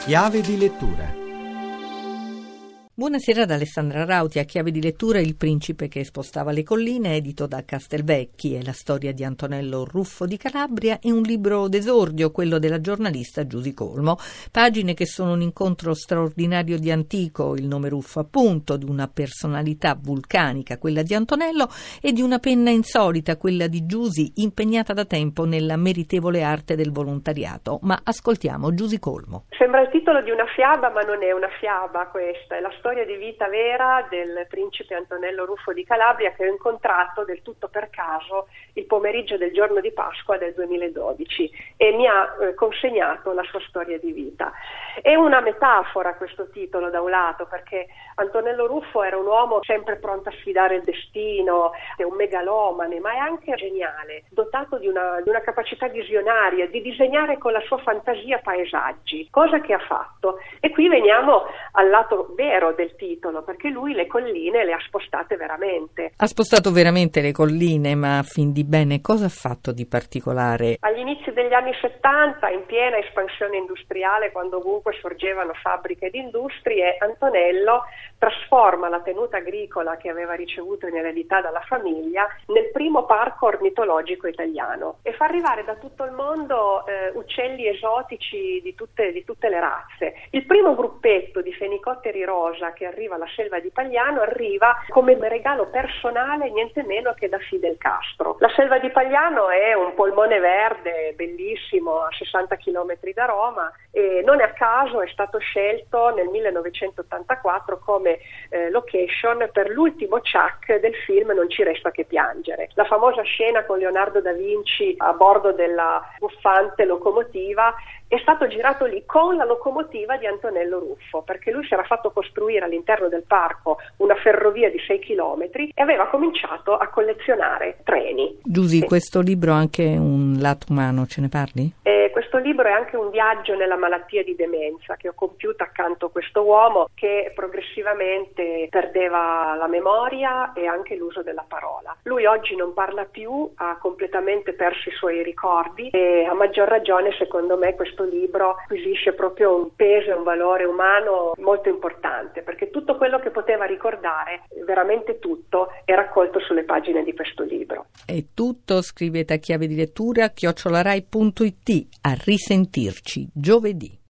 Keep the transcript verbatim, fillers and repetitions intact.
Chiave di lettura. Buonasera da Alessandra Rauti. A Chiave di lettura Il principe che spostava le colline, edito da Castelvecchi. È la storia di Antonello Ruffo di Calabria e un libro d'esordio, quello della giornalista Giusy Colmo. Pagine che sono un incontro straordinario di Antico, il nome Ruffo appunto, di una personalità vulcanica, quella di Antonello, e di una penna insolita, quella di Giusy, impegnata da tempo nella meritevole arte del volontariato. Ma ascoltiamo Giusy Colmo. Sembra il titolo di una fiaba, ma non è una fiaba questa, è la storia di vita vera del principe Antonello Ruffo di Calabria, che ho incontrato del tutto per caso il pomeriggio del giorno di Pasqua del duemiladodici e mi ha eh, consegnato la sua storia di vita. È una metafora questo titolo da un lato, perché Antonello Ruffo era un uomo sempre pronto a sfidare il destino, è un megalomane, ma è anche geniale, dotato di una, di una capacità visionaria, di disegnare con la sua fantasia paesaggi, cosa che ha fatto. E qui veniamo al lato vero del titolo, perché lui le colline le ha spostate veramente. Ha spostato veramente le colline, ma a fin di bene cosa ha fatto di particolare? Agli inizi degli anni settanta, in piena espansione industriale, quando ovunque sorgevano fabbriche ed industrie, Antonello trasforma la tenuta agricola che aveva ricevuto in eredità dalla famiglia nel primo parco ornitologico italiano e fa arrivare da tutto il mondo eh, uccelli esotici di tutte, di tutte le razze. Il primo gruppetto di fenicotteri rosa che arriva alla selva di Pagliano arriva come regalo personale niente meno che da Fidel Castro. La selva di Pagliano è un polmone verde bellissimo a sessanta chilometri da Roma e non a caso è stato scelto nel millenovecentottantaquattro come eh, location per l'ultimo Chuck del film Non ci resta che piangere. La famosa scena con Leonardo da Vinci a bordo della buffante locomotiva è stato girato lì con la locomotiva di Antonello Ruffo, perché lui si era fatto costruire all'interno del parco una ferrovia di sei chilometri e aveva cominciato a collezionare treni. Giusy, sì. Questo libro ha anche un lato umano, ce ne parli? Eh, questo libro è anche un viaggio nella malattia di demenza che ho compiuto accanto a questo uomo che progressivamente perdeva la memoria e anche l'uso della parola. Lui oggi non parla più, ha completamente perso i suoi ricordi e a maggior ragione secondo me questo Questo libro acquisisce proprio un peso e un valore umano molto importante, perché tutto quello che poteva ricordare, veramente tutto, è raccolto sulle pagine di questo libro. È tutto, scrivete a chiave di lettura chiocciolarai punto it. A risentirci giovedì.